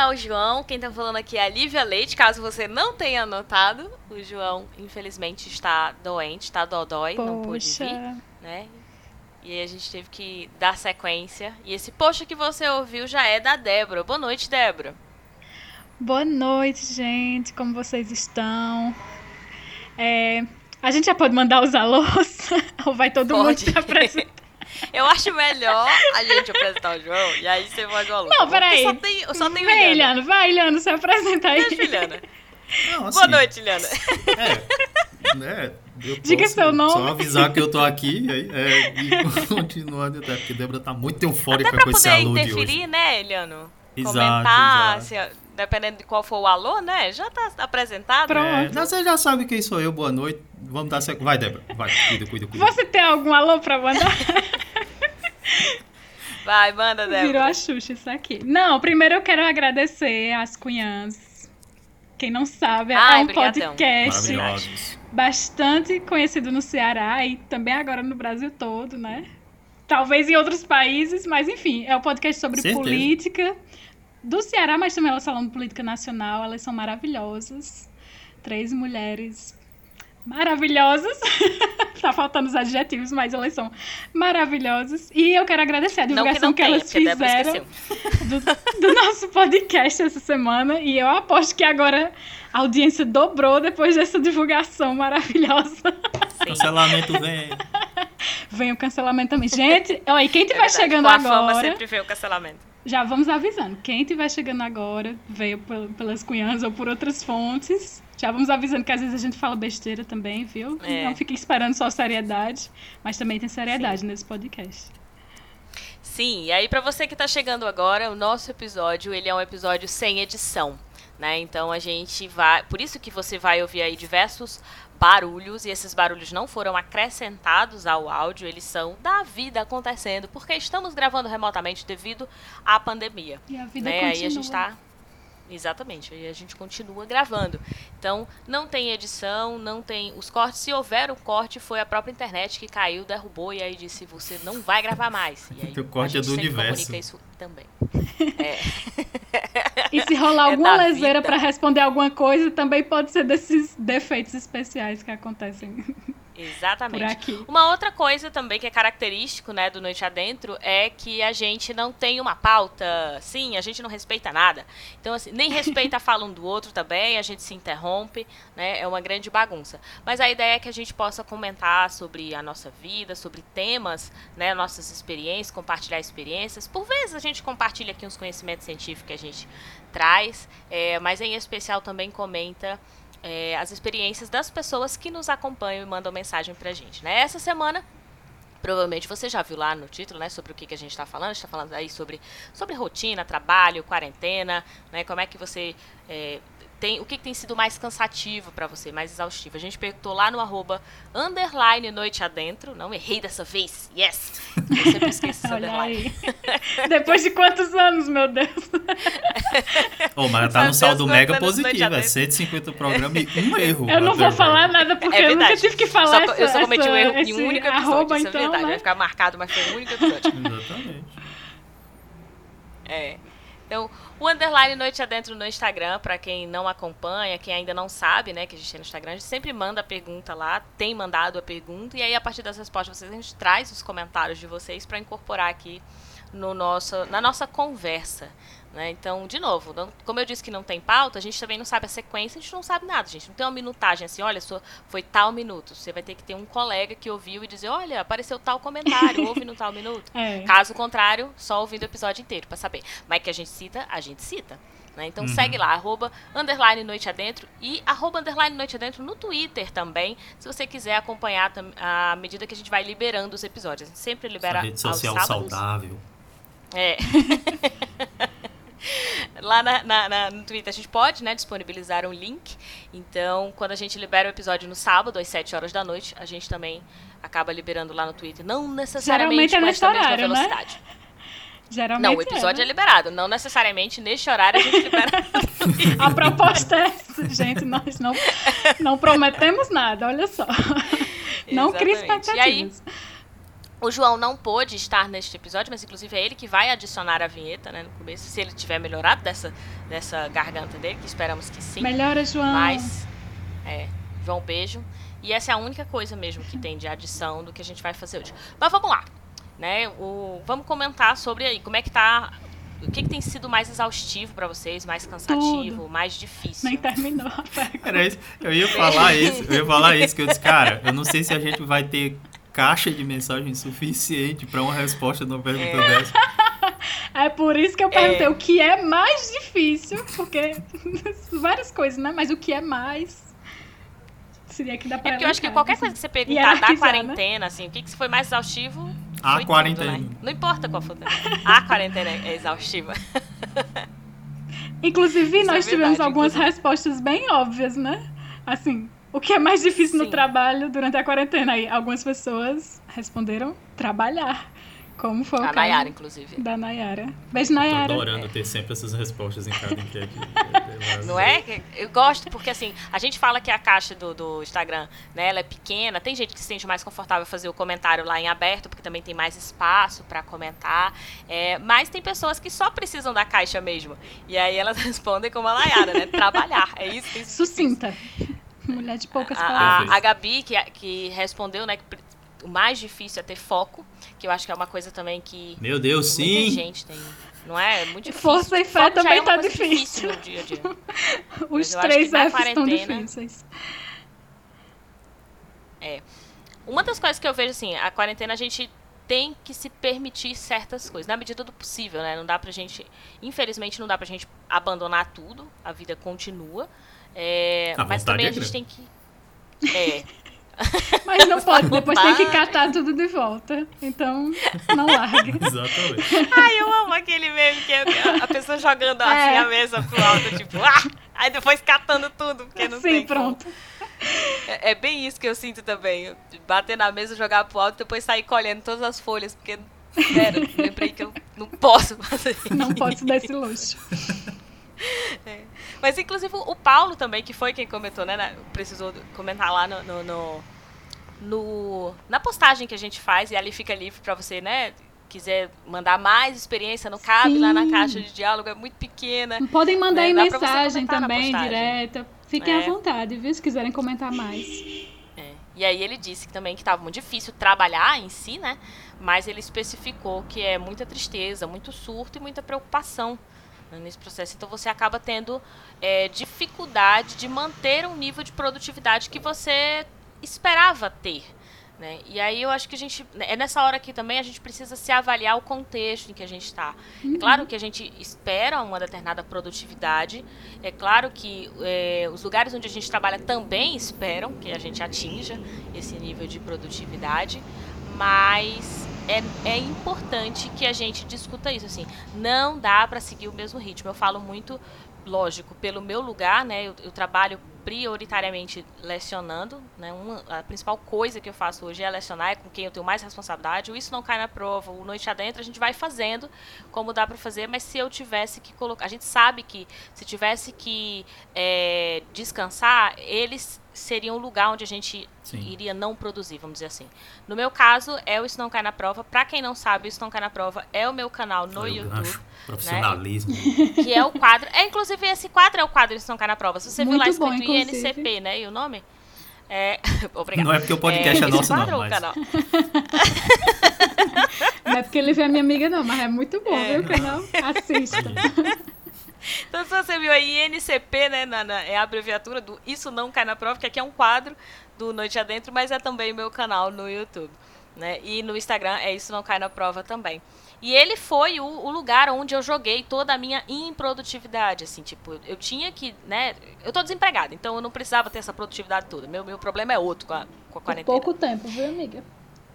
é o João, quem tá falando aqui é a Lívia Leite, caso você não tenha notado. O João, infelizmente, está doente, está dodói, não pôde vir, né? E aí a gente teve que dar sequência. E esse post que você ouviu já é da Débora. Boa noite, Débora. Boa noite, gente. Como vocês estão? A gente já pode mandar os alôs? Ou vai todo mundo se apresentar? Eu acho melhor a gente apresentar o João e aí você faz o alô. Não, peraí. Só tem Iliana. Vai, Iliana, se apresenta aí. Deixa, Iliana. Não, assim, Boa noite, Iliana. Diga seu nome. Só avisar que eu tô aqui e continuar, porque Débora tá muito eufórica até pra com esse poder alô de interferir, hoje. né, Iliano? Exato, comentar, exato. Dependendo de qual for o alô, né? Já tá apresentado. Pronto. Você já sabe quem sou eu, boa noite. Vamos dar sequência. Vai, Débora, vai, cuida. Você tem algum alô pra mandar? Vai, manda, Débora. Virou a Xuxa isso aqui. Não, primeiro eu quero agradecer às Cunhãs. Quem não sabe, é um podcast bastante conhecido no Ceará e também agora no Brasil todo, né? Talvez em outros países, mas enfim, é um podcast sobre política do Ceará, mas também elas falam de política nacional. Elas são maravilhosas. 3 mulheres maravilhosas. Tá faltando os adjetivos, mas elas são maravilhosas. E eu quero agradecer a divulgação que elas fizeram do nosso podcast essa semana. E eu aposto que agora a audiência dobrou depois dessa divulgação maravilhosa. Sim. Cancelamento vem. Vem o cancelamento também. Gente, olha, quem estiver chegando agora... Com a fama sempre vem o cancelamento. Já vamos avisando. Quem estiver chegando agora, veio pelas Cunhãs ou por outras fontes. Já vamos avisando que às vezes a gente fala besteira também, viu? Não fiquem esperando só seriedade, mas também tem seriedade nesse podcast. Sim, e aí pra você que tá chegando agora, o nosso episódio, ele é um episódio sem edição, né? Então a gente vai... Por isso que você vai ouvir aí diversos barulhos, e esses barulhos não foram acrescentados ao áudio, eles são da vida acontecendo, porque estamos gravando remotamente devido à pandemia. E a vida continua. Aí a gente tá... Exatamente, aí a gente continua gravando. Então, não tem edição, não tem os cortes. Se houver um corte, foi a própria internet que caiu, derrubou e aí disse, você não vai gravar mais. E aí o corte é do universo. Comunica isso também. E se rolar alguma leseira para responder alguma coisa, também pode ser desses defeitos especiais que acontecem. Exatamente. Por aqui. Uma outra coisa também que é característico, né, do Noite Adentro é que a gente não tem uma pauta. Sim, a gente não respeita nada. Então, assim, nem respeita a fala um do outro também, a gente se interrompe, né, é uma grande bagunça. Mas a ideia é que a gente possa comentar sobre a nossa vida, sobre temas, né, nossas experiências, compartilhar experiências. Por vezes a gente compartilha aqui uns conhecimentos científicos que a gente traz, mas em especial também comenta as experiências das pessoas que nos acompanham e mandam mensagem pra gente, né? Essa semana, provavelmente você já viu lá no título, né, sobre o que a gente está falando. A gente está falando aí sobre rotina, trabalho, quarentena, né? Como é que você o que tem sido mais cansativo para você, mais exaustivo. A gente perguntou lá no _Noite Adentro. Não errei dessa vez. Yes! Eu sempre esqueço esse underline. Depois de quantos anos, meu Deus? Mas tá no saldo mega positivo. É 150 programas e um erro. Eu não vou falar nada porque eu nunca tive que falar Eu só cometi um erro em um único episódio. Arroba, isso é verdade. né? Vai ficar marcado, mas foi um único episódio. Exatamente. Então, o _Noite Adentro no Instagram, para quem não acompanha, quem ainda não sabe, né, que a gente tem no Instagram, a gente sempre manda a pergunta lá, tem mandado a pergunta, e aí a partir das respostas a gente traz os comentários de vocês para incorporar aqui na nossa conversa, né? Então, de novo, como eu disse que não tem pauta, a gente também não sabe a sequência, a gente não sabe nada, a gente não tem uma minutagem assim, olha, foi tal minuto. Você vai ter que ter um colega que ouviu e dizer, olha, apareceu tal comentário, ouve no tal minuto. Caso contrário, só ouvindo o episódio inteiro para saber. Mas que a gente cita, né? Então segue lá, _Noite Adentro e _Noite Adentro no Twitter também, se você quiser acompanhar à medida que a gente vai liberando os episódios. A gente sempre libera rede social aos sábados. Saudável. Lá no Twitter a gente pode, né, disponibilizar um link. Então, quando a gente libera o episódio no sábado, às 7 horas da noite, a gente também acaba liberando lá no Twitter. Não necessariamente com essa mesma velocidade. Né? Geralmente não, o episódio é liberado. Não necessariamente neste horário a gente libera. A proposta é essa, gente. Nós não prometemos nada, olha só. Não crie expectativas. O João não pôde estar neste episódio, mas inclusive é ele que vai adicionar a vinheta, né, no começo, se ele tiver melhorado dessa garganta dele, que esperamos que sim. Melhora, João. Mas, João, beijo. E essa é a única coisa mesmo que tem de adição do que a gente vai fazer hoje. Mas vamos lá, né? Vamos comentar sobre aí, como é que tá, o que tem sido mais exaustivo pra vocês, mais cansativo, Tudo. mais difícil. Nem terminou. Era isso. Eu ia falar isso, que eu disse, cara, eu não sei se a gente vai ter caixa de mensagem suficiente para uma resposta de uma pergunta dessa. É por isso que eu perguntei o que é mais difícil, porque várias coisas, né? Mas o que é mais... Seria que dá pra porque eu acho que qualquer coisa que você perguntar da quarentena, assim, o que foi mais exaustivo? A quarentena. Tudo, né? Não importa qual for. A quarentena é exaustiva. Inclusive, isso nós tivemos algumas respostas bem óbvias, né? Assim, o que é mais difícil no trabalho durante a quarentena? Aí, algumas pessoas responderam trabalhar. Como foi o caso Nayara, inclusive. Da Nayara. Beijo, Nayara. Tô adorando ter sempre essas respostas em cada enquete. Não é? Eu gosto, porque assim, a gente fala que a caixa do Instagram, né, ela é pequena. Tem gente que se sente mais confortável fazer o comentário lá em aberto, porque também tem mais espaço pra comentar. Mas tem pessoas que só precisam da caixa mesmo. E aí elas respondem como a Nayara, né? Trabalhar. É isso que sucinta. Mulher de poucas palavras. A Gabi, que respondeu, né, que o mais difícil é ter foco, que eu acho que é uma coisa também que... Meu Deus, sim! Muita gente tem, não é? É muito difícil. Força e fé também tá difícil. No dia a dia. Os 3 Fs estão difíceis. Uma das coisas que eu vejo, assim, a quarentena a gente tem que se permitir certas coisas, na medida do possível, né? Não dá pra gente... Infelizmente, não dá pra gente abandonar tudo, a vida continua. Mas também a gente tem que... Mas não pode, depois tem que catar tudo de volta. Então, não larga. Exatamente. Ai, eu amo aquele meme que é a pessoa jogando assim a mesa pro alto, tipo, aí depois catando tudo, porque não tem pronto. É bem isso que eu sinto também. Bater na mesa, jogar pro alto e depois sair colhendo todas as folhas, porque, lembrei que eu não posso fazer isso. Não posso dar esse luxo. Mas inclusive o Paulo também, que foi quem comentou, né? Precisou comentar lá na postagem que a gente faz, e ali fica livre pra você, né? Quiser mandar mais experiência, não cabe lá na caixa de diálogo, é muito pequena. Podem mandar em mensagem também, direta. Fiquem à vontade, viu? Se quiserem comentar mais. E aí ele disse que também que estava muito difícil trabalhar em si, né? Mas ele especificou que é muita tristeza, muito surto e muita preocupação nesse processo. Então você acaba tendo dificuldade de manter um nível de produtividade que você esperava ter, né? E aí eu acho que é nessa hora que também a gente precisa se avaliar o contexto em que a gente está. É claro que a gente espera uma determinada produtividade, é claro que os lugares onde a gente trabalha também esperam que a gente atinja esse nível de produtividade, mas é importante que a gente discuta isso, assim, não dá para seguir o mesmo ritmo. Eu falo muito, lógico, pelo meu lugar, né, eu trabalho prioritariamente lecionando, né, a principal coisa que eu faço hoje é lecionar, é com quem eu tenho mais responsabilidade. O Isso Não Cai na Prova, o Noite Adentro, a gente vai fazendo como dá para fazer, mas se eu tivesse que colocar, a gente sabe que se tivesse que descansar, eles seriam um lugar onde a gente iria não produzir, vamos dizer assim. No meu caso, o Isso Não Cai na Prova. Pra quem não sabe, o Isso Não Cai na Prova é o meu canal no YouTube. Profissionalismo. Né? Que é o quadro. Inclusive, esse quadro é o quadro Isso Não Cai na Prova. Se você viu lá escrito INCP, né? E o nome? Obrigada. Não é porque o podcast é nosso, não. Mas... canal. Não é porque ele vê a minha amiga, não, mas é muito bom, viu, o canal? Assista. Então, se você viu aí INCP, né, é a abreviatura do Isso Não Cai na Prova, que aqui é um quadro do Noite Adentro, mas é também meu canal no YouTube, né? E no Instagram é Isso Não Cai na Prova também. E ele foi o lugar onde eu joguei toda a minha improdutividade, assim, tipo, eu tinha que, né, eu tô desempregada, então eu não precisava ter essa produtividade toda. Meu problema é outro com a quarentena. Pouco tempo, viu, amiga?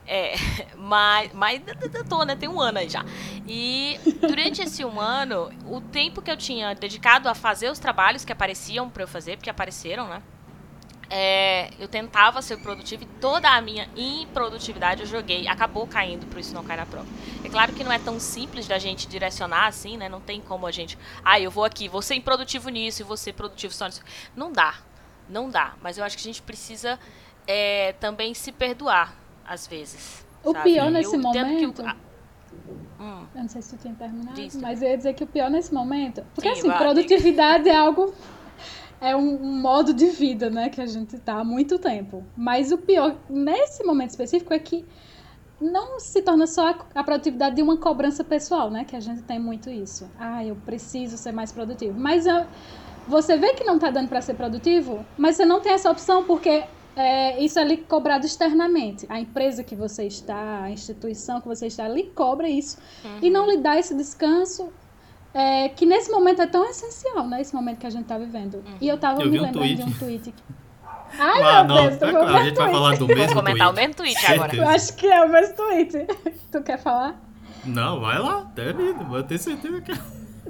Mas eu tô, né? Tem um ano aí já. E durante esse um ano, o tempo que eu tinha dedicado a fazer os trabalhos que apareciam pra eu fazer, porque apareceram, né? Eu tentava ser produtiva e toda a minha improdutividade eu joguei, acabou caindo pro Isso Não Cai na Prova. É claro que não é tão simples da gente direcionar assim, né? Não tem como a gente, eu vou aqui, vou ser improdutivo nisso e vou ser produtivo só nisso. Não dá. Mas eu acho que a gente precisa também se perdoar às vezes, O sabe? pior nesse momento... Eu não sei se tu tinha terminado, mas eu ia dizer que o pior nesse momento... Porque, assim, produtividade é algo... É um modo de vida, né? Que a gente tá há muito tempo. Mas o pior, nesse momento específico, é que não se torna só a produtividade de uma cobrança pessoal, né? Que a gente tem muito isso. Eu preciso ser mais produtivo. Mas você vê que não tá dando para ser produtivo, mas você não tem essa opção porque isso é lhe cobrado externamente. A empresa que você está, a instituição que você está, lhe cobra isso. E não lhe dá esse descanso que nesse momento é tão essencial, né? Esse momento que a gente tá vivendo. E eu tava me lembrando de um tweet. Meu Deus, a gente vai falar do mesmo tweet. Vou comentar o mesmo tweet agora. Eu acho que é o mesmo tweet. Tu quer falar? Não, vai lá, termina, vou ter certeza que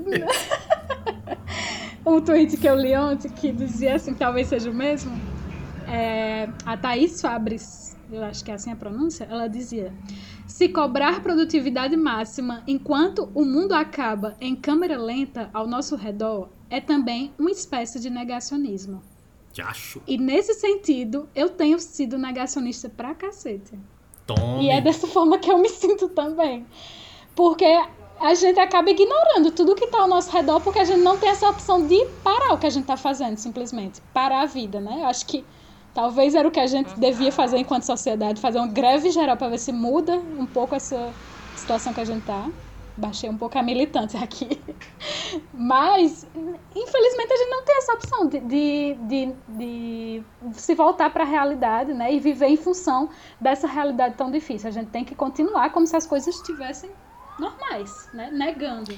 Um tweet que eu li ontem que dizia assim, talvez seja o mesmo. A Thaís Fabris, eu acho que é assim a pronúncia, ela dizia: se cobrar produtividade máxima enquanto o mundo acaba em câmera lenta ao nosso redor é também uma espécie de negacionismo. Acho. E nesse sentido, eu tenho sido negacionista pra cacete. Tome. E é dessa forma que eu me sinto também. Porque a gente acaba ignorando tudo que tá ao nosso redor porque a gente não tem essa opção de parar o que a gente tá fazendo, simplesmente. Parar a vida, né? Eu acho que talvez era o que a gente devia fazer enquanto sociedade, fazer uma greve geral para ver se muda um pouco essa situação que a gente tá. Baixei um pouco a militância aqui. Mas, infelizmente, a gente não tem essa opção de se voltar para a realidade, né? E viver em função dessa realidade tão difícil. A gente tem que continuar como se as coisas estivessem normais, né? Negando.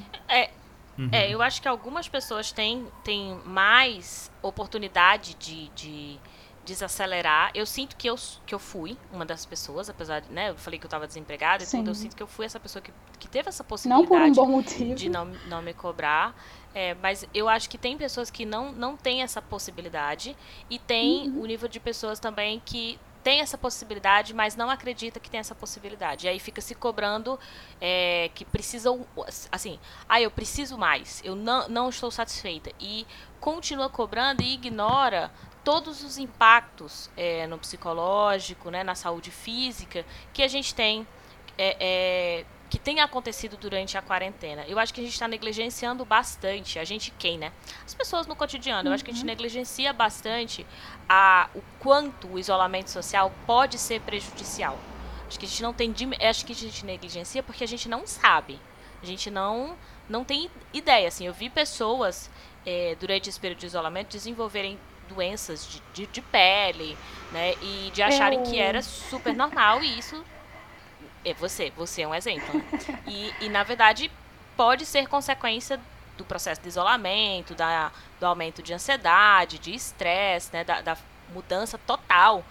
Eu acho que algumas pessoas têm mais oportunidade de desacelerar. Eu sinto que eu fui uma das pessoas, apesar de, né, eu falei que eu estava desempregada, então eu sinto que eu fui essa pessoa que teve essa possibilidade. Não por um bom motivo. De não me cobrar. Mas eu acho que tem pessoas que não têm essa possibilidade e tem o nível de pessoas também que tem essa possibilidade, mas não acredita que tem essa possibilidade. E aí fica se cobrando que precisam, assim, eu preciso mais, eu não estou satisfeita. E continua cobrando e ignora todos os impactos no psicológico, né, na saúde física que a gente tem, que tem acontecido durante a quarentena. Eu acho que a gente está negligenciando bastante, né? As pessoas no cotidiano, eu acho que a gente negligencia bastante o quanto o isolamento social pode ser prejudicial. Acho que a gente não tem, acho que a gente negligencia porque a gente não sabe, a gente não tem ideia. Assim, eu vi pessoas durante esse período de isolamento desenvolverem doenças de pele, né, e de acharem que era super normal, e isso você é um exemplo, né? E na verdade pode ser consequência do processo de isolamento, do aumento de ansiedade, de estresse, né, da mudança total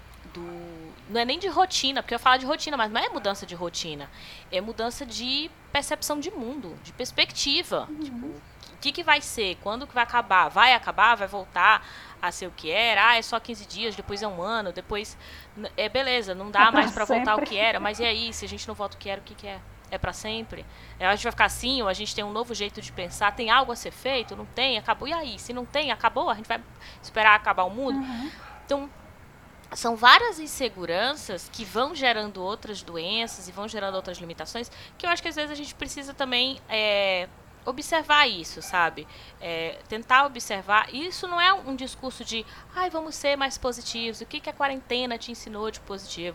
não é nem de rotina, porque eu falo de rotina, mas não é mudança de rotina, é mudança de percepção de mundo, de perspectiva. Tipo, o que vai ser? Quando que vai acabar? Vai acabar? Vai voltar a ser o que era? É só 15 dias, depois é um ano, depois... beleza, não dá mais pra voltar o que era, mas e aí, se a gente não volta o que era, o que é? É pra sempre? A gente vai ficar assim, ou a gente tem um novo jeito de pensar? Tem algo a ser feito? Não tem? Acabou? E aí? Se não tem, acabou? A gente vai esperar acabar o mundo? Então, são várias inseguranças que vão gerando outras doenças e vão gerando outras limitações, que eu acho que às vezes a gente precisa também... observar isso, sabe? Tentar observar. Isso não é um discurso de vamos ser mais positivos, o que a quarentena te ensinou de positivo.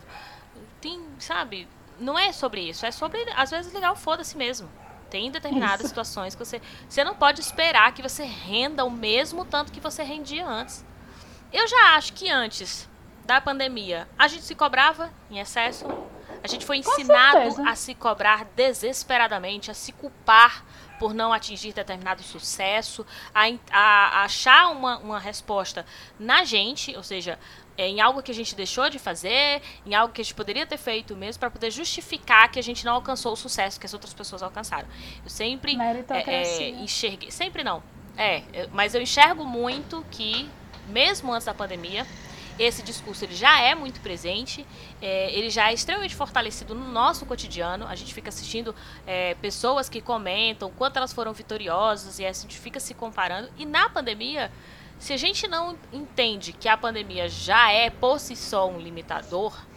Sabe? Não é sobre isso, é sobre, às vezes, ligar o foda-se mesmo. Tem determinadas situações que você não pode esperar que você renda o mesmo tanto que você rendia antes. Eu já acho que antes da pandemia a gente se cobrava em excesso, a gente foi ensinado a se cobrar desesperadamente, a se culpar por não atingir determinado sucesso, a achar uma resposta na gente, ou seja, em algo que a gente deixou de fazer, em algo que a gente poderia ter feito mesmo, para poder justificar que a gente não alcançou o sucesso que as outras pessoas alcançaram. Eu sempre enxerguei... Sempre não. Mas eu enxergo muito que, mesmo antes da pandemia, esse discurso ele já é muito presente, ele já é extremamente fortalecido no nosso cotidiano. A gente fica assistindo pessoas que comentam quanto elas foram vitoriosas, e a gente fica se comparando. E na pandemia, se a gente não entende que a pandemia já é por si só um limitador,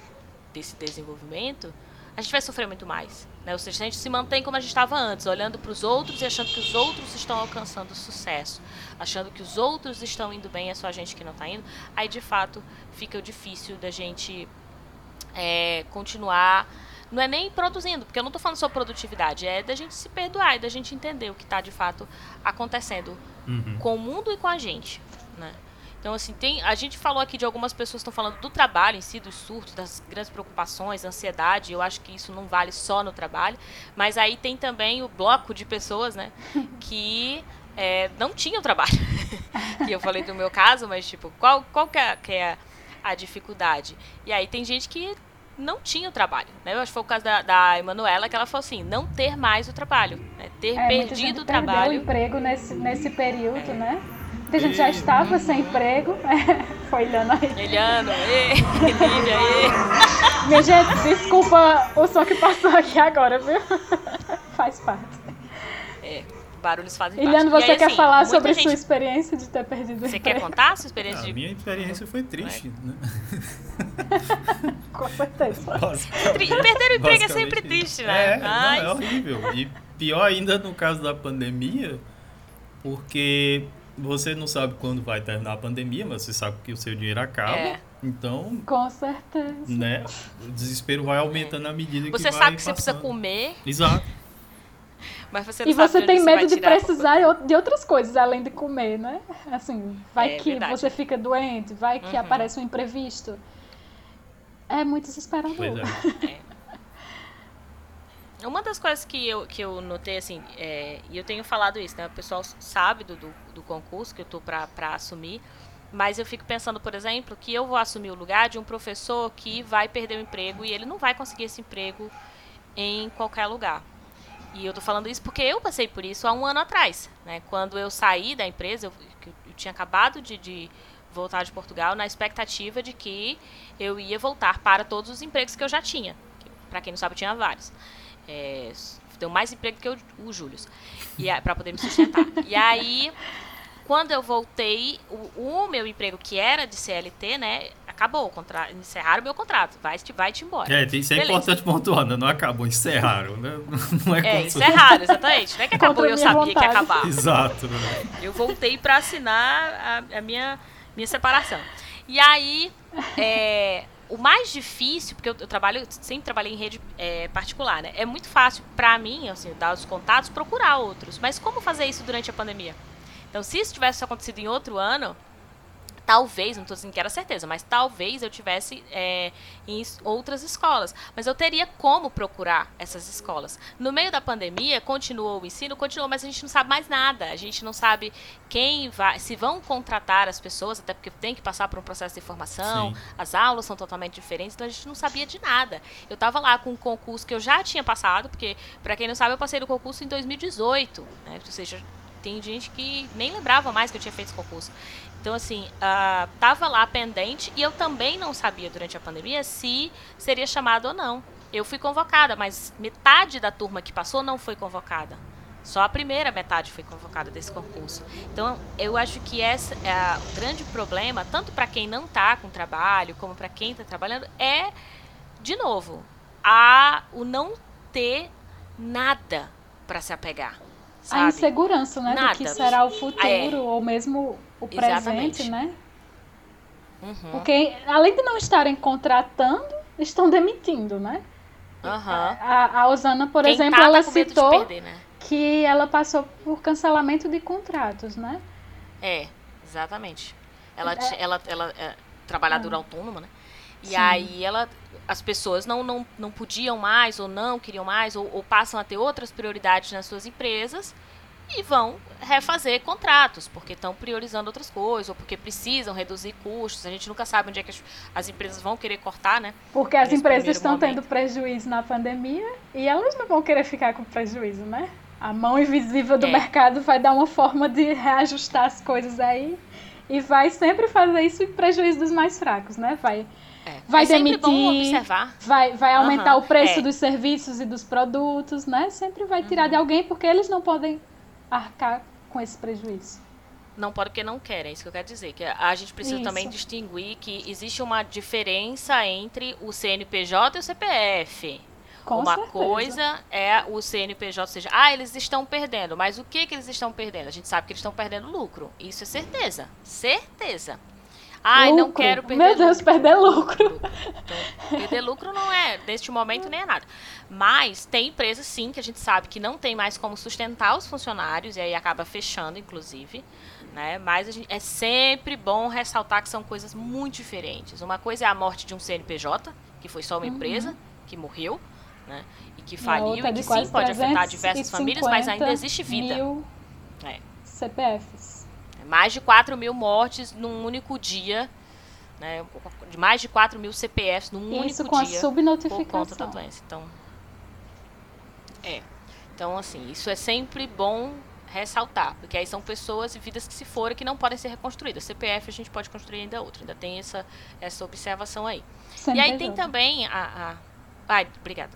desse desenvolvimento, a gente vai sofrer muito mais, né? Ou seja, se a gente se mantém como a gente estava antes, olhando para os outros e achando que os outros estão alcançando sucesso, achando que os outros estão indo bem, é só a gente que não está indo, aí de fato fica difícil da gente continuar. Não é nem produzindo, porque eu não estou falando sobre produtividade, é da gente se perdoar e da gente entender o que está de fato acontecendo com o mundo e com a gente, né? Então, assim, a gente falou aqui de algumas pessoas que estão falando do trabalho em si, dos surtos, das grandes preocupações, ansiedade. Eu acho que isso não vale só no trabalho. Mas aí tem também o bloco de pessoas, né, que não tinham trabalho. Que eu falei do meu caso, mas, tipo, qual que é a dificuldade? E aí tem gente que não tinha o trabalho, né? Eu acho que foi o caso da Emanuela, que ela falou assim, não ter mais o trabalho, né? Ter perdido o trabalho. Perdeu o emprego nesse período, né? Porque a gente já estava sem emprego. Foi Eliana aí. Eliana, Lívia aí. Minha gente, desculpa o som que passou aqui agora, viu? Faz parte. Barulhos fazem parte. Eliana, você quer falar sobre sua experiência de ter perdido o emprego? Você quer contar a sua experiência? A minha experiência foi triste, né? Com certeza. Perder o emprego é sempre triste, né? É horrível. E pior ainda no caso da pandemia, porque você não sabe quando vai terminar a pandemia, mas você sabe que o seu dinheiro acaba. Então, com certeza, né, o desespero vai aumentando à medida que você vai sabe que passando. Você precisa comer. Exato. Mas você não e sabe você tem medo de precisar pra... de outras coisas além de comer, né? Assim, vai que verdade. Você fica doente, vai que aparece um imprevisto. É muito desesperador. Pois Uma das coisas que eu notei, assim, e eu tenho falado isso, né? O pessoal sabe do concurso que eu tô pra assumir, mas eu fico pensando, por exemplo, que eu vou assumir o lugar de um professor que vai perder o emprego e ele não vai conseguir esse emprego em qualquer lugar. E eu tô falando isso porque eu passei por isso há 1 ano atrás, né? Quando eu saí da empresa, eu tinha acabado de voltar de Portugal na expectativa de que eu ia voltar para todos os empregos que eu já tinha. Para quem não sabe, eu tinha vários. Deu mais emprego que o Júlio, para poder me sustentar. E aí, quando eu voltei, o meu emprego, que era de CLT, né, acabou, encerraram o meu contrato, vai-te embora. Isso é importante pontuar, não acabou, encerraram, né? Não encerraram, exatamente, não é que acabou e eu sabia que ia acabar. Exato. Né? Eu voltei para assinar a minha separação. E aí, o mais difícil, porque eu sempre trabalhei em rede particular, né? É muito fácil para mim, assim, dar os contatos, procurar outros. Mas como fazer isso durante a pandemia? Então, se isso tivesse acontecido em outro ano, talvez, não estou dizendo que era certeza, mas talvez eu tivesse em outras escolas. Mas eu teria como procurar essas escolas. No meio da pandemia, continuou o ensino, mas a gente não sabe mais nada. A gente não sabe se vão contratar as pessoas, até porque tem que passar por um processo de formação. Sim. As aulas são totalmente diferentes, então a gente não sabia de nada. Eu estava lá com um concurso que eu já tinha passado, porque, para quem não sabe, eu passei no concurso em 2018, né? Ou seja, tem gente que nem lembrava mais que eu tinha feito esse concurso. Então, assim, tava lá pendente e eu também não sabia durante a pandemia se seria chamado ou não. Eu fui convocada, mas metade da turma que passou não foi convocada. Só a primeira metade foi convocada desse concurso. Então, eu acho que esse é o grande problema, tanto para quem não está com trabalho, como para quem está trabalhando, de novo, o não ter nada para se apegar. Sabe? A insegurança, né? Nada. Do que será o futuro, ou mesmo o presente, exatamente. Né? Uhum. Porque, além de não estarem contratando, estão demitindo, né? Uhum. A Osana, por exemplo, ela citou perder, né? Que ela passou por cancelamento de contratos, né? Exatamente. Ela é trabalhadora autônoma, né? E Sim. Aí as pessoas não podiam mais, ou não queriam mais, ou passam a ter outras prioridades nas suas empresas e vão refazer contratos, porque estão priorizando outras coisas, ou porque precisam reduzir custos. A gente nunca sabe onde é que as empresas vão querer cortar, né? Porque as empresas estão tendo prejuízo na pandemia e elas não vão querer ficar com prejuízo, né? A mão invisível do mercado vai dar uma forma de reajustar as coisas aí e vai sempre fazer isso em prejuízo dos mais fracos, né? Vai demitir, bom observar. vai aumentar o preço dos serviços e dos produtos, né? Sempre vai tirar de alguém porque eles não podem arcar com esse prejuízo. Não pode porque não querem, é isso que eu quero dizer. Que a gente precisa também distinguir que existe uma diferença entre o CNPJ e o CPF. Uma coisa é o CNPJ, ou seja, eles estão perdendo, mas o que eles estão perdendo? A gente sabe que eles estão perdendo lucro. Isso é certeza. Certeza. Lucro. Não quero perder lucro. Meu Deus, perder lucro. Então, perder lucro não é, neste momento, nem é nada. Mas tem empresas, sim, que a gente sabe que não tem mais como sustentar os funcionários, e aí acaba fechando, inclusive. Né? Mas é sempre bom ressaltar que são coisas muito diferentes. Uma coisa é a morte de um CNPJ, que foi só uma empresa, que morreu, né? E que faliu, e que sim, pode afetar diversas famílias, mas ainda existe vida. CPFs. Mais de 4 mil mortes num único dia, né? De mais de 4 mil CPFs num único dia. Isso com a subnotificação. Por conta da doença. Então, assim, isso é sempre bom ressaltar, porque aí são pessoas e vidas que se foram que não podem ser reconstruídas. CPF a gente pode construir ainda outra, ainda tem essa observação aí. E aí tem também obrigada.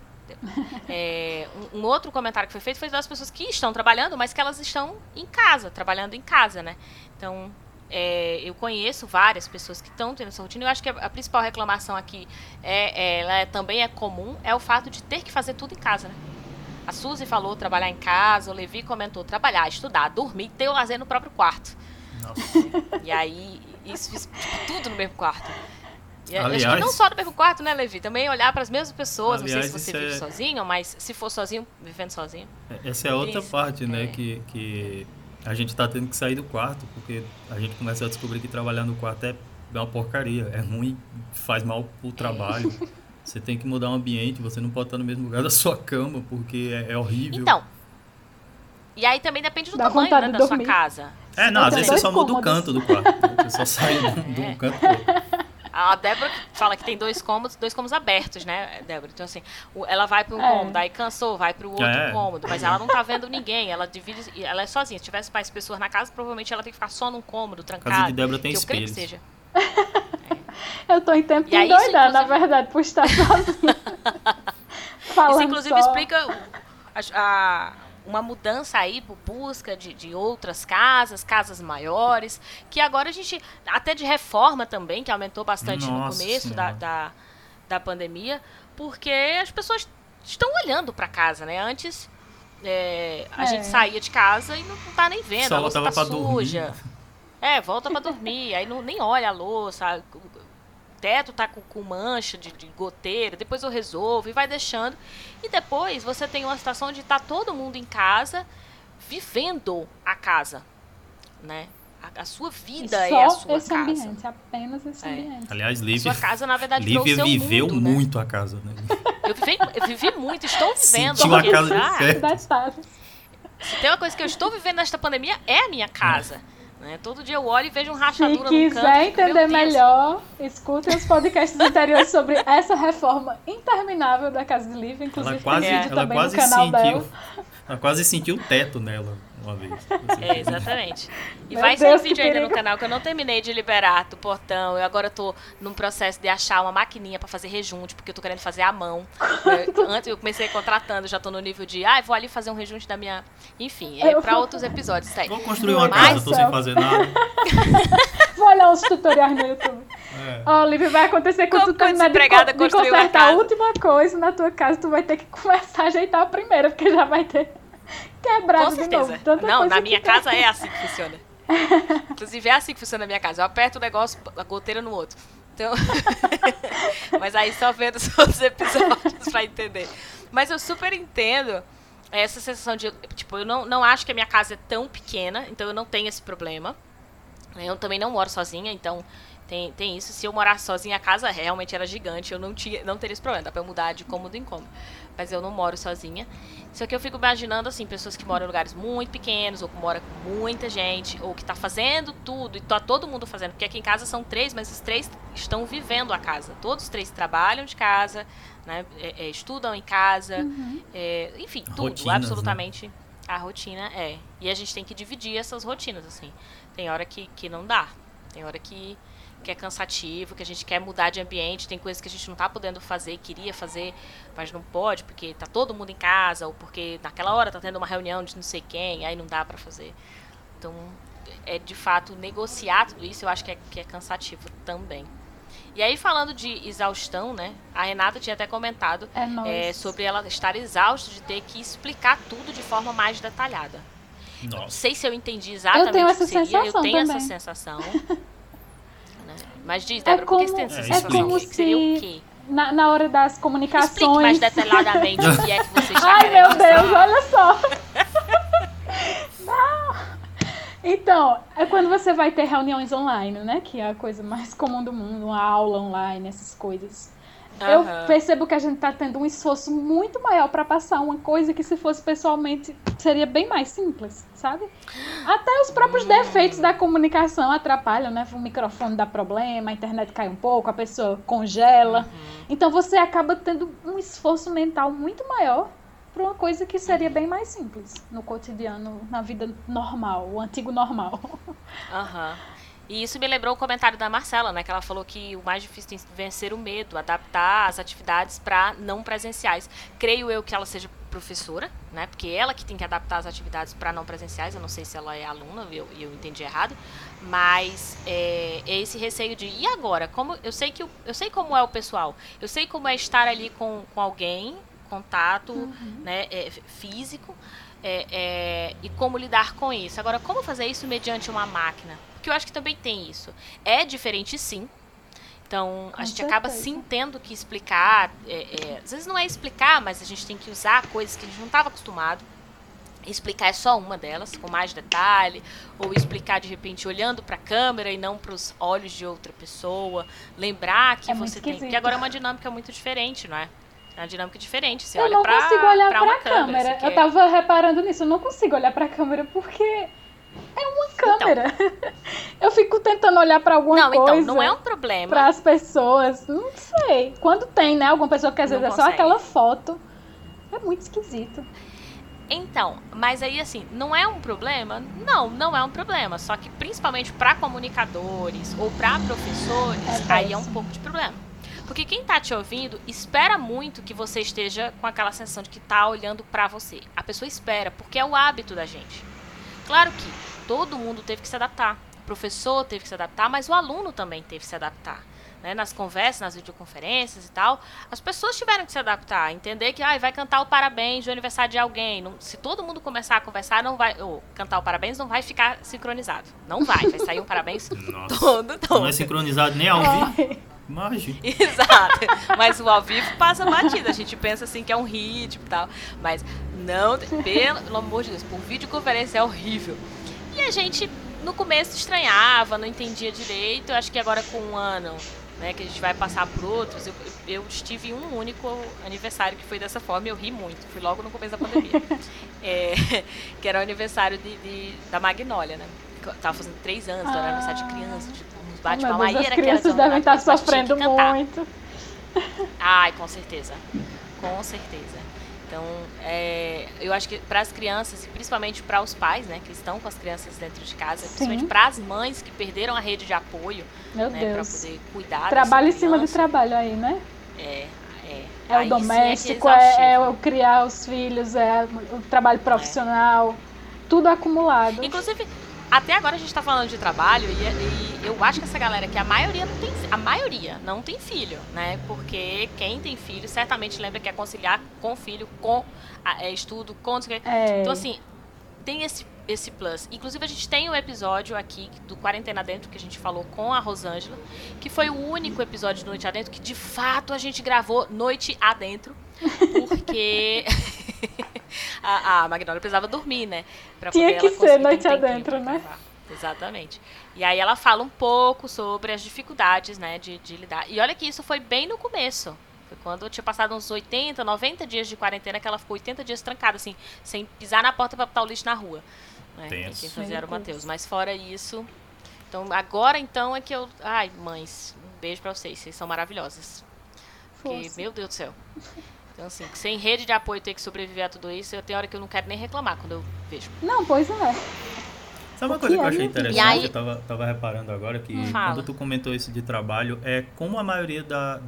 Um outro comentário que foi feito foi das pessoas que estão trabalhando, mas que elas estão trabalhando em casa, né? Então, eu conheço várias pessoas que estão tendo essa rotina. Eu acho que a principal reclamação aqui ela também é comum, é o fato de ter que fazer tudo em casa, né? A Suzy falou trabalhar em casa, o Levi comentou trabalhar, estudar, dormir, ter o lazer no próprio quarto. Nossa. E aí, isso tudo no mesmo quarto. Aliás, acho que não só no mesmo quarto, né, Levi? Também olhar para as mesmas pessoas. Aliás, não sei se você vive sozinho, mas se for sozinho, vivendo sozinho. Essa é outra parte, né? Que a gente está tendo que sair do quarto, porque a gente começa a descobrir que trabalhar no quarto é uma porcaria. É ruim, faz mal pro trabalho. Você tem que mudar o ambiente, você não pode estar no mesmo lugar da sua cama, porque é horrível. Então, e aí também depende do tamanho, né, da sua casa. Às vezes você só muda o canto do quarto. Você só sai de um canto pro outro. A Débora fala que tem dois cômodos abertos, né, Débora? Então, assim, ela vai para um cômodo, aí cansou, vai para o outro cômodo, mas ela não tá vendo ninguém, ela divide, ela é sozinha. Se tivesse mais pessoas na casa, provavelmente ela tem que ficar só num cômodo, trancada. A casa de Débora tem espelho. Eu creio que seja. Eu tô em tempo de endoidar, na verdade, por estar sozinha. Isso, inclusive, explica uma mudança aí por busca de outras casas maiores, que agora a gente, até de reforma também, que aumentou bastante no começo da pandemia, porque as pessoas estão olhando para casa, né? Antes a gente saía de casa e não tá nem vendo, a louça tá suja. Volta para dormir, aí nem olha a louça, o teto tá com mancha de goteira, depois eu resolvo e vai deixando. E depois você tem uma situação de estar todo mundo em casa, vivendo a casa, né? A sua vida é a sua esse casa. Ambiente, apenas esse ambiente. Aliás, Lívia, a sua casa, na verdade, virou seu viveu mundo, muito né? a casa, né? Eu vivi muito, estou vivendo. Sentiu a casa de perto. Se tem uma coisa que eu estou vivendo nesta pandemia, é a minha casa. Né? Todo dia eu olho e vejo um rachadura no canto. Se quiser entender melhor, escutem os podcasts anteriores sobre essa reforma interminável da casa de Lívia. Inclusive, ela quase sentiu. Ela quase sentiu o teto nela uma vez. Exatamente. E vai sair vídeo ainda no canal que eu não terminei de liberar do portão. Eu agora tô num processo de achar uma maquininha pra fazer rejunte, porque eu tô querendo fazer à mão. Antes eu comecei contratando, já tô no nível de vou ali fazer um rejunte da minha... Enfim, pra outros episódios. Tá aí. Vou construir uma casa, tô sem fazer nada. Vou olhar os tutoriais no YouTube. Lívia, vai acontecer quando tu terminar de consertar a última coisa na tua casa, tu vai ter que começar a ajeitar a primeira, porque já vai ter quebrado de novo. Não, na minha casa é assim que funciona. Inclusive é assim que funciona na minha casa. Eu aperto o negócio, a goteira no outro. Então... Mas aí só vendo os outros episódios pra entender. Mas eu super entendo essa sensação de... Tipo, eu não acho que a minha casa é tão pequena, então eu não tenho esse problema. Eu também não moro sozinha, então... Tem isso. Se eu morasse sozinha, a casa realmente era gigante. Eu não teria esse problema. Dá pra eu mudar de cômodo em cômodo. Mas eu não moro sozinha. Só que eu fico imaginando, assim, pessoas que moram em lugares muito pequenos, ou que moram com muita gente, ou que tá fazendo tudo, e tá todo mundo fazendo. Porque aqui em casa são 3, mas os 3 estão vivendo a casa. Todos os 3 trabalham de casa, né? Estudam em casa. Enfim, tudo. Rotinas, absolutamente. Né? A rotina E a gente tem que dividir essas rotinas, assim. Tem hora que não dá. Tem hora que é cansativo, que a gente quer mudar de ambiente, tem coisas que a gente não tá podendo fazer, queria fazer, mas não pode, porque tá todo mundo em casa, ou porque naquela hora tá tendo uma reunião de não sei quem, aí não dá pra fazer. Então, de fato negociar tudo isso, eu acho que é cansativo também. E aí, falando de exaustão, né? A Renata tinha até comentado sobre ela estar exausta de ter que explicar tudo de forma mais detalhada. Nossa. Não sei se eu entendi exatamente o que seria. Eu tenho essa sensação. Né? Mas diz, Débora, por que você tem essa sensação? Como que seria o quê? Na hora das comunicações... Explique mais detalhadamente o que é que você está Ai, querendo meu Deus, olha só. Não. Então, é quando você vai ter reuniões online, né? Que é a coisa mais comum do mundo, uma aula online, essas coisas. Eu percebo que a gente tá tendo um esforço muito maior para passar uma coisa que, se fosse pessoalmente, seria bem mais simples, sabe? Até os próprios defeitos da comunicação atrapalham, né? O microfone dá problema, a internet cai um pouco, a pessoa congela. Então você acaba tendo um esforço mental muito maior para uma coisa que seria bem mais simples no cotidiano, na vida normal, o antigo normal. E isso me lembrou o comentário da Marcela, né? Que ela falou que o mais difícil tem sido vencer o medo, adaptar as atividades para não presenciais. Creio eu que ela seja professora, né? Porque ela que tem que adaptar as atividades para não presenciais. Eu não sei se ela é aluna, eu entendi errado. Mas é esse receio de, e agora? Eu sei como é o pessoal. Eu sei como é estar ali com alguém, contato né, físico, e como lidar com isso. Agora, como fazer isso mediante uma máquina? Porque eu acho que também tem isso. É diferente, sim. Então, a gente acaba sim tendo que explicar. Às vezes não é explicar, mas a gente tem que usar coisas que a gente não estava acostumado. Explicar é só uma delas, com mais detalhe. Ou explicar, de repente, olhando para a câmera e não para os olhos de outra pessoa. Lembrar que você tem... Porque agora é uma dinâmica muito diferente, não é? É uma dinâmica diferente. Você olha pra, consigo olhar pra uma câmera. Eu tava reparando nisso. Eu não consigo olhar pra câmera porque é uma câmera. Então, eu fico tentando olhar pra alguma coisa. Então, não é um problema. Para as pessoas. Não sei. Quando tem, né? Alguma pessoa que às vezes é só aquela foto. É muito esquisito. Então, mas aí assim, não é um problema? Não é um problema. Só que principalmente pra comunicadores ou pra professores, aí é um pouco de problema. Porque quem tá te ouvindo espera muito que você esteja com aquela sensação de que tá olhando pra você. A pessoa espera, porque é o hábito da gente. Claro que todo mundo teve que se adaptar. O professor teve que se adaptar, mas o aluno também teve que se adaptar. Né? Nas conversas, nas videoconferências e tal, as pessoas tiveram que se adaptar. Entender que vai cantar o parabéns do aniversário de alguém. Não, se todo mundo começar a conversar, não vai... cantar o parabéns não vai ficar sincronizado. Não vai sair um parabéns todo. Não é sincronizado nem ao vivo. Imagina. Exato. Mas o ao vivo passa batida. A gente pensa assim que é um ritmo e tal. Mas não, pelo amor de Deus, por videoconferência é horrível. E a gente, no começo, estranhava, não entendia direito. Eu acho que agora com um ano, né, que a gente vai passar por outros, eu tive um único aniversário que foi dessa forma e eu ri muito. Fui logo no começo da pandemia. Que era o aniversário da Magnólia, né? Eu tava fazendo 3 anos, então era aniversário de criança, bate-palma. As crianças devem estar sofrendo muito. Ai, com certeza. Com certeza. Então, eu acho que para as crianças e principalmente para os pais, né, que estão com as crianças dentro de casa, principalmente para as mães que perderam a rede de apoio, meu né, Deus, para poder cuidar trabalho em cima do trabalho aí, né? É o doméstico, é o criar os filhos, é o trabalho profissional, tudo acumulado. Inclusive, até agora a gente tá falando de trabalho e eu acho que essa galera que a maioria não tem filho, né? Porque quem tem filho certamente lembra que é conciliar com o filho, com estudo, com... Então, assim, tem esse plus. Inclusive, a gente tem um episódio aqui do Quarentena Dentro que a gente falou com a Rosângela, que foi o único episódio de Noite Adentro que, de fato, a gente gravou Noite Adentro, porque... a Magnólia precisava dormir, né? Pra Tinha que ser Noite Adentro, né? Exatamente. E aí ela fala um pouco sobre as dificuldades, né, de lidar. E olha que isso foi bem no começo. Foi quando eu tinha passado uns 80, 90 dias de quarentena que ela ficou 80 dias trancada, assim, sem pisar na porta pra botar o lixo na rua. Né? Quem fazia era o Matheus. Mas fora isso... Então, agora, então, é que eu... Ai, mães, um beijo pra vocês. Vocês são maravilhosas. Porque, meu Deus do céu. Então, assim, sem rede de apoio ter que sobreviver a tudo isso, eu tenho hora que eu não quero nem reclamar quando eu vejo. Não, pois é. Sabe uma coisa que eu achei interessante? Aí... Eu tava reparando agora que quando tu comentou isso de trabalho, como a maioria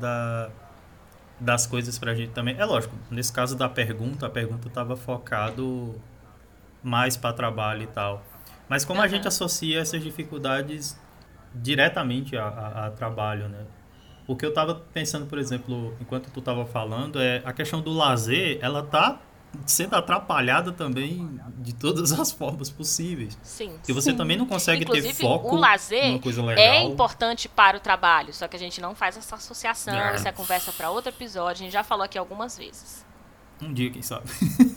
das coisas pra gente também... É lógico, nesse caso da pergunta, a pergunta tava focado mais pra trabalho e tal. Mas como a gente associa essas dificuldades diretamente a trabalho, né? O que eu estava pensando, por exemplo, enquanto tu estava falando, é a questão do lazer, ela tá sendo atrapalhada também de todas as formas possíveis. Sim. Porque você também não consegue Inclusive, ter foco o lazer numa coisa legal. é importante para o trabalho, só que a gente não faz essa associação, essa conversa para outro episódio, a gente já falou aqui algumas vezes. Um dia, quem sabe.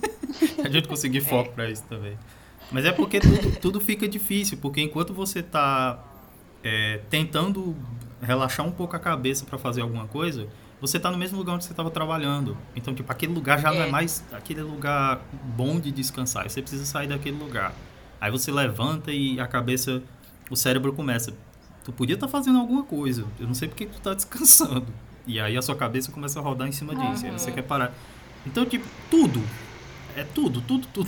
A gente conseguir foco para isso também. Mas é porque tudo fica difícil, porque enquanto você está tentando relaxar um pouco a cabeça para fazer alguma coisa, você está no mesmo lugar onde você estava trabalhando. Então, tipo, aquele lugar já não é mais aquele lugar bom de descansar. Você precisa sair daquele lugar. Aí você levanta e a cabeça, o cérebro começa. Tu podia estar fazendo alguma coisa. Eu não sei porque tu está descansando. E aí a sua cabeça começa a rodar em cima disso. Aí você quer parar. Então, tipo, tudo. É tudo.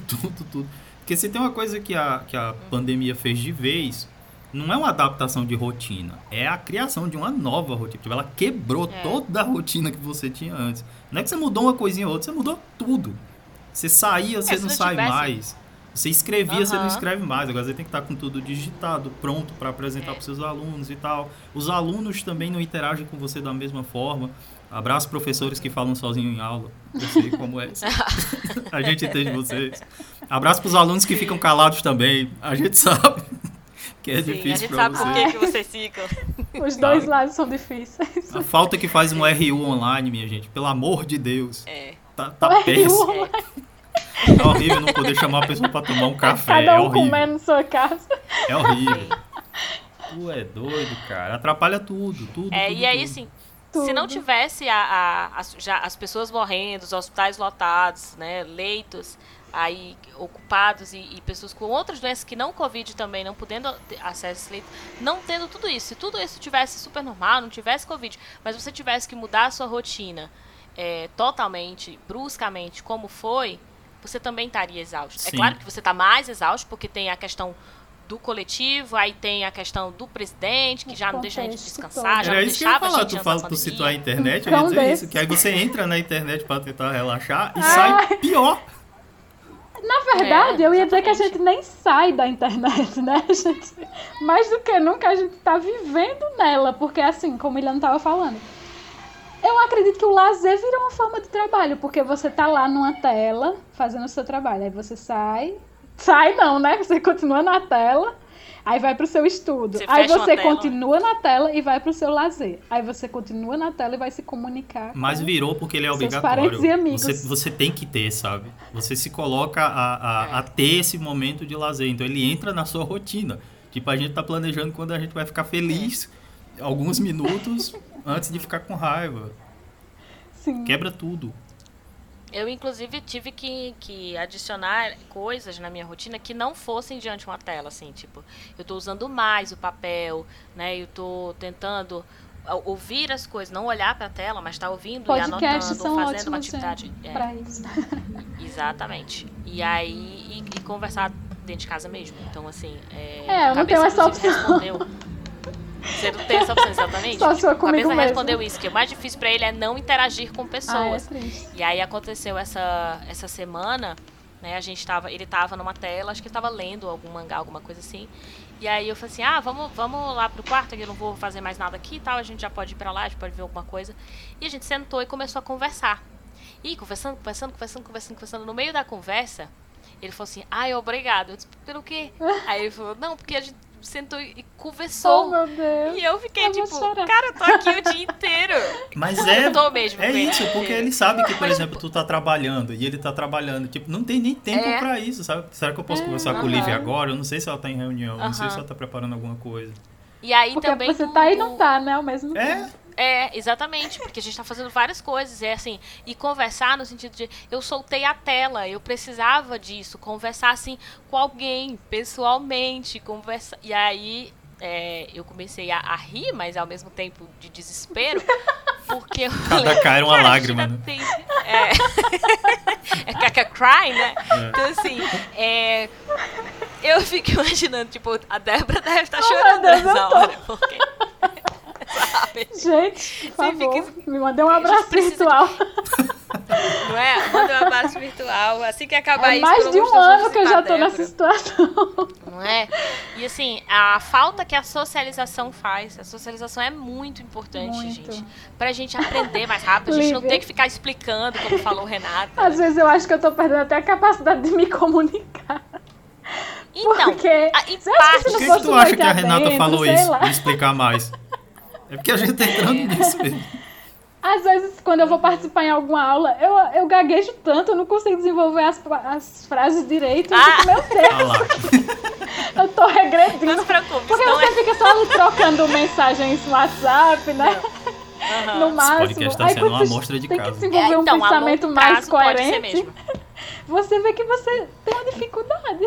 Porque se tem uma coisa que a pandemia fez de vez, não é uma adaptação de rotina, é a criação de uma nova rotina. Tipo, ela quebrou toda a rotina que você tinha antes. Não é que você mudou uma coisinha ou outra, você mudou tudo. Você saía, você não sai mais. Você escrevia, você não escreve mais. Agora você tem que estar com tudo digitado, pronto para apresentar para os seus alunos e tal. Os alunos também não interagem com você da mesma forma. Abraço professores que falam sozinho em aula. Eu sei como é isso. A gente entende vocês. Abraço para os alunos que ficam calados também. A gente sabe que é difícil para vocês. A gente sabe por que vocês ficam. Os dois lados são difíceis. A falta que faz um RU online, minha gente. Pelo amor de Deus. Tá péssimo. É horrível não poder chamar a pessoa para tomar um café. Cada um comendo na sua casa. É horrível. Tu é doido, cara. Atrapalha tudo. E aí, assim, se não tivesse já as pessoas morrendo, os hospitais lotados, né, leitos aí ocupados e pessoas com outras doenças que não Covid também, não podendo acesso a esse leito, não tendo tudo isso. Se tudo isso tivesse super normal, não tivesse Covid, mas você tivesse que mudar a sua rotina totalmente, bruscamente, como foi, você também estaria exausto. Sim. É claro que você está mais exausto, porque tem a questão do coletivo, aí tem a questão do presidente, que já não deixa a gente descansar, já não deixava a gente antes da pandemia. Tu citou a internet, eu ia dizer isso, que aí você entra na internet para tentar relaxar e sai pior. Na verdade, eu ia dizer que a gente nem sai da internet, né? A gente, mais do que nunca, a gente tá vivendo nela, porque assim, como o Iliano tava falando, eu acredito que o lazer virou uma forma de trabalho, porque você tá lá numa tela fazendo o seu trabalho, aí você sai não, né? Você continua na tela, aí vai pro seu estudo, aí você continua na tela e vai pro seu lazer, aí você continua na tela e vai se comunicar. Mas virou porque ele é obrigatório. Você tem que ter, sabe? Você se coloca a ter esse momento de lazer, então ele entra na sua rotina. Tipo, a gente tá planejando quando a gente vai ficar feliz alguns minutos antes de ficar com raiva. Sim. Quebra tudo. Eu, inclusive, tive que adicionar coisas na minha rotina que não fossem diante de uma tela, assim, tipo, eu tô usando mais o papel, né, eu tô tentando ouvir as coisas, não olhar pra tela, mas tá ouvindo Podcasts e anotando, fazendo uma atividade. Pra isso. Exatamente. E aí, e conversar dentro de casa mesmo. Então, assim, eu não tenho essa opção. Você não tem essa opção, exatamente? Só sua comigo mesmo. Respondeu isso, que o mais difícil pra ele é não interagir com pessoas. E aí aconteceu essa semana, né, ele tava numa tela, acho que ele tava lendo algum mangá, alguma coisa assim. E aí eu falei assim, vamos lá pro quarto, que eu não vou fazer mais nada aqui e tal, a gente já pode ir pra lá, a gente pode ver alguma coisa. E a gente sentou e começou a conversar. E conversando. No meio da conversa, ele falou assim, obrigado. Eu disse, pelo quê? Aí ele falou, não, porque a gente sentou e conversou. Oh, meu Deus. E eu fiquei cara, eu tô aqui o dia inteiro. Mas mesmo isso, porque ele sabe que, por exemplo, tu tá trabalhando e ele tá trabalhando. Tipo, não tem nem tempo pra isso, sabe? Será que eu posso conversar com o Lívia agora? Eu não sei se ela tá em reunião, não sei se ela tá preparando alguma coisa. E aí porque também você tá e não tá, né, ao mesmo tempo. Exatamente, porque a gente tá fazendo várias coisas, assim, e conversar no sentido de, eu soltei a tela, eu precisava disso, conversar, assim, com alguém, pessoalmente, conversar, e aí eu comecei a rir, mas ao mesmo tempo de desespero, porque eu cada cair uma lágrima, né? É cry, né? Então, assim, eu fico imaginando, tipo, a Débora deve estar chorando nessa hora, porque... Sabe? Gente, por favor, me mandei um abraço virtual. Não é? Manda um abraço virtual. Assim que acabar isso, mais de um ano que eu já tô nessa situação. Não é? E assim, a falta que a socialização faz. A socialização é muito importante, gente. Pra gente aprender mais rápido. A gente não tem que ficar explicando, como falou o Renato. Às vezes eu acho que eu tô perdendo até a capacidade de me comunicar. Então, porque em parte... Por que tu acha que a Renata falou isso? De explicar mais. É porque a gente tá entrando nisso mesmo. Às vezes, quando eu vou participar em alguma aula, eu gaguejo tanto, eu não consigo desenvolver as frases direito. Eu fico, meu Deus, eu tô regredindo. Não se preocupe. Porque você fica só ali trocando mensagens no WhatsApp, né? No máximo. Esse podcast tá sendo uma amostra de tem caso. Que desenvolver um pensamento mais coerente. Você vê que você tem uma dificuldade.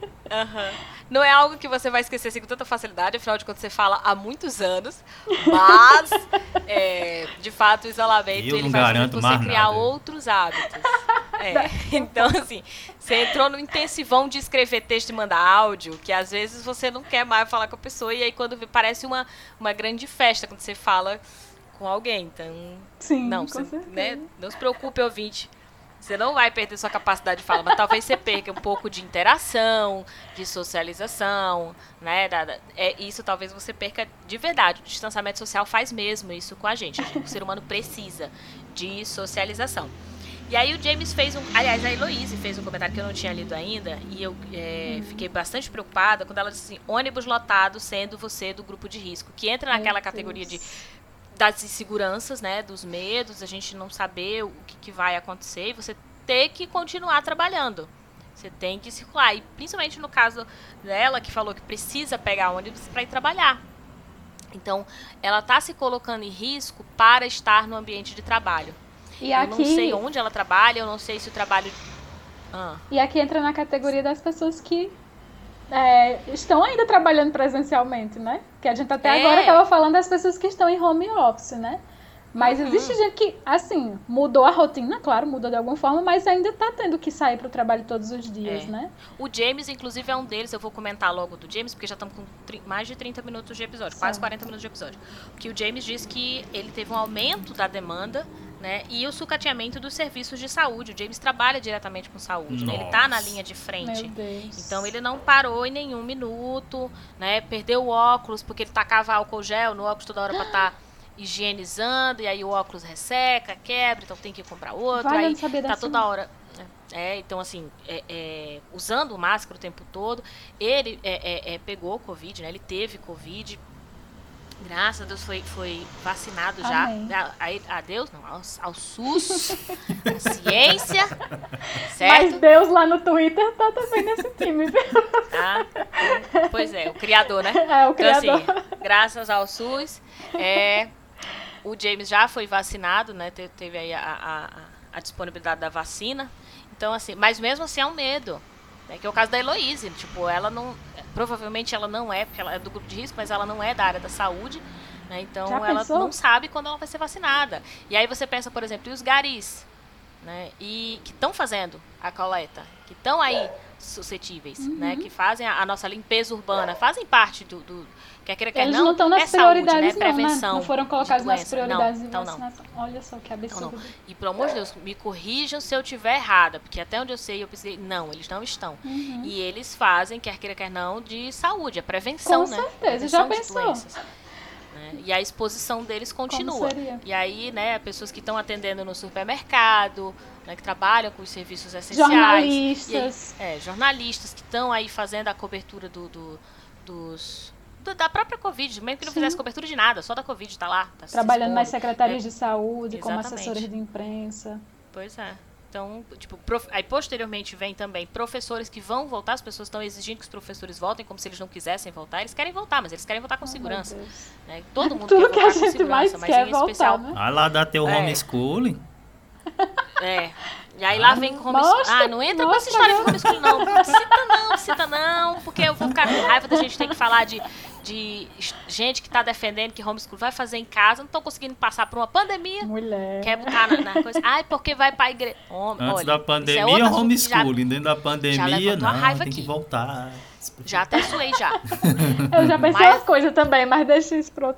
Não é algo que você vai esquecer assim, com tanta facilidade, afinal de contas você fala há muitos anos, mas de fato o isolamento ele faz você criar outros hábitos. Então assim, você entrou no intensivão de escrever texto e mandar áudio, que às vezes você não quer mais falar com a pessoa, e aí quando parece uma grande festa quando você fala com alguém. Então, sim, não se preocupe, ouvinte. Você não vai perder sua capacidade de fala, mas talvez você perca um pouco de interação, de socialização, né? Isso talvez você perca de verdade. O distanciamento social faz mesmo isso com a gente. O ser humano precisa de socialização. E aí o James aliás, a Heloise fez um comentário que eu não tinha lido ainda, e eu fiquei bastante preocupada quando ela disse assim, ônibus lotado sendo você do grupo de risco, que entra naquela categoria das inseguranças, né, dos medos, a gente não saber o que vai acontecer, e você ter que continuar trabalhando. Você tem que circular. E principalmente no caso dela, que falou que precisa pegar ônibus para ir trabalhar. Então, ela está se colocando em risco para estar no ambiente de trabalho. E eu não sei onde ela trabalha, eu não sei se o trabalho... E aqui entra na categoria das pessoas que estão ainda trabalhando presencialmente, né? Que a gente até agora estava falando das pessoas que estão em home office, né? Mas existe gente que, assim, mudou a rotina, claro, mudou de alguma forma, mas ainda tá tendo que sair para o trabalho todos os dias, né? O James, inclusive, é um deles. Eu vou comentar logo do James, porque já estamos com mais de 30 minutos de episódio, quase 40 minutos de episódio. Porque o James diz que ele teve um aumento da demanda, né, e o sucateamento dos serviços de saúde. O James trabalha diretamente com saúde, né? Ele está na linha de frente. Meu Deus. Então ele não parou em nenhum minuto, né? Perdeu o óculos porque ele tacava álcool gel no óculos toda hora para estar higienizando, e aí o óculos resseca, quebra, então tem que comprar outro. Aí tá toda hora. Então assim, usando máscara o tempo todo. Ele pegou Covid, né? Ele teve Covid. Graças a Deus foi vacinado. Amém. Já. A Deus, não, ao SUS, à ciência, certo? Mas Deus lá no Twitter tá também nesse time, viu? Pois é, o criador, né? O criador. Então, assim, graças ao SUS, o James já foi vacinado, né? Teve aí a disponibilidade da vacina. Então, assim, mas mesmo assim é um medo. Que é o caso da Heloise. Tipo, ela não... Provavelmente ela não porque ela é do grupo de risco, mas ela não é da área da saúde, né? Então ela não sabe quando ela vai ser vacinada. E aí você pensa, por exemplo, e os garis, né? E que estão fazendo a coleta, que estão aí suscetíveis, né? Que fazem a nossa limpeza urbana, fazem parte do quer queira, quer não estão nas prioridades, saúde, né? Prevenção, não foram colocados nas prioridades de vacinação. Não. Olha só que absurdo. Não. E pelo amor de Deus, me corrijam se eu estiver errada, porque até onde eu sei, eu pensei, não, eles não estão. E eles fazem, quer queira, quer não, de saúde, a prevenção, com né? certeza, Prevenção já pensou. Doenças, né? E a exposição deles continua. E aí, né, pessoas que estão atendendo no supermercado, né, que trabalham com os serviços essenciais. Jornalistas. Jornalistas que estão aí fazendo a cobertura da própria Covid, mesmo que não fizesse cobertura de nada, só da Covid, tá lá. Tá trabalhando nas secretarias de saúde, exatamente, como assessores de imprensa. Pois é. Então, tipo, aí posteriormente vem também professores que vão voltar, as pessoas estão exigindo que os professores voltem como se eles não quisessem voltar. Eles querem voltar, mas eles querem voltar com segurança. Né? Todo mundo tudo quer voltar que a com gente mais segurança, quer mas em voltar, especial... né? Vai lá dar teu homeschooling. E aí lá vem com homeschooling. Não entra com essa história de homeschooling, não. Não cita não, porque eu vou ficar com raiva da gente ter que falar de gente que tá defendendo que homeschooling vai fazer em casa, não estão conseguindo passar por uma pandemia. Mulher. Quer botar na coisa. Porque vai pra igreja. Antes da pandemia, homeschooling. Dentro da pandemia, não, tem que voltar. Já até suei, já. Eu já pensei as coisas também, mas deixa isso pro outro dia.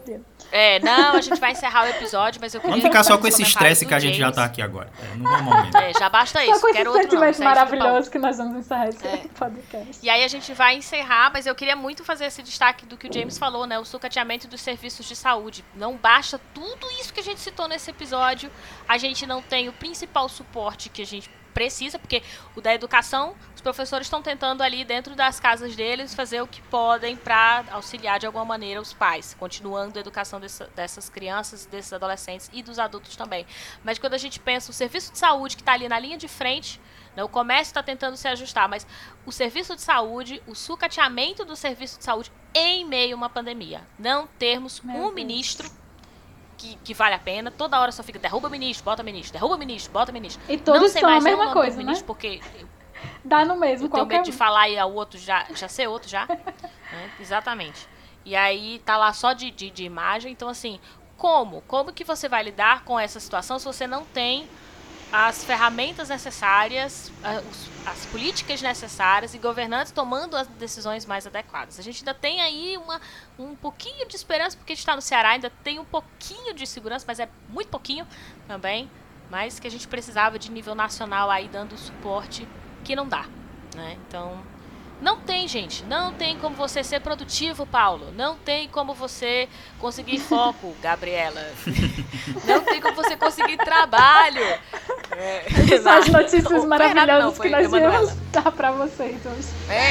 Não, a gente vai encerrar o episódio, mas eu queria... Vamos ficar só com esse estresse que a gente já tá aqui agora. Não vamos aumentar. Já basta isso, só com quero esse outro sentimento maravilhoso que nós vamos encerrar esse podcast. E aí a gente vai encerrar, mas eu queria muito fazer esse destaque do que o James falou, né? O sucateamento dos serviços de saúde. Não basta tudo isso que a gente citou nesse episódio, a gente não tem o principal suporte que a gente precisa, porque o da educação, os professores estão tentando ali dentro das casas deles fazer o que podem para auxiliar de alguma maneira os pais, continuando a educação dessas crianças, desses adolescentes e dos adultos também. Mas quando a gente pensa o serviço de saúde que está ali na linha de frente, né, o comércio está tentando se ajustar, mas o serviço de saúde, o sucateamento do serviço de saúde em meio a uma pandemia, não termos ministro que vale a pena, toda hora só fica derruba ministro, bota ministro, derruba ministro, bota ministro. E todos são a mesma coisa, né? Ministro, porque dá no mesmo, eu tenho medo de falar e o outro já ser outro já. Exatamente. E aí tá lá só de imagem, então assim, como que você vai lidar com essa situação se você não tem as ferramentas necessárias, as políticas necessárias e governantes tomando as decisões mais adequadas. A gente ainda tem aí um pouquinho de esperança, porque a gente está no Ceará, ainda tem um pouquinho de segurança, mas é muito pouquinho também, mas que a gente precisava de nível nacional aí dando suporte que não dá, né? Então, não tem, gente, não tem como você ser produtivo, Paulo, não tem como você conseguir foco, Gabriela, não tem como você conseguir trabalho. São as notícias maravilhosas que nós íamos dar pra vocês hoje.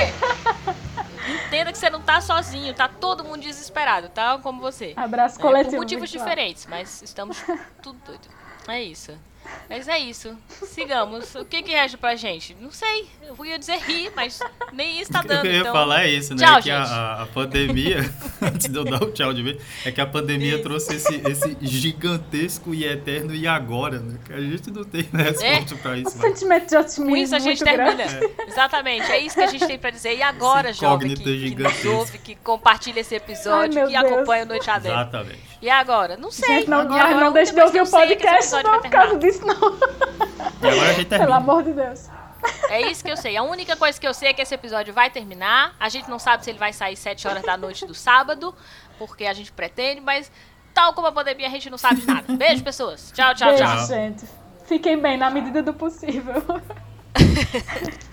Entenda que você não tá sozinho, tá todo mundo desesperado, tá? Como você. Abraço coletivo. Por motivos diferentes, mas estamos tudo doido. É isso. Mas é isso. Sigamos. O que resta pra gente? Não sei. Eu ia dizer rir, mas nem isso tá dando. O que eu ia então... falar é isso, né? Tchau, que a pandemia, antes de eu dar o tchau de vez, é que a pandemia trouxe esse gigantesco e eterno e agora, né? Que a gente não tem resposta pra isso. Um sentimento de otimismo. Com isso a gente termina. Exatamente. É isso que a gente tem pra dizer. E agora, jovem que nos ouve, que compartilha esse episódio, que acompanha o Noite Adentro. Exatamente. E agora? Não sei. Gente, não deixe de ouvir o podcast não, por causa disso, não. E agora a gente termina. Pelo amor de Deus. É isso que eu sei. A única coisa que eu sei é que esse episódio vai terminar. A gente não sabe se ele vai sair 7 horas da noite do sábado, porque a gente pretende, mas tal como a pandemia, a gente não sabe de nada. Beijo, pessoas. Tchau, tchau, Beijo, tchau. gente. Fiquem bem na medida do possível.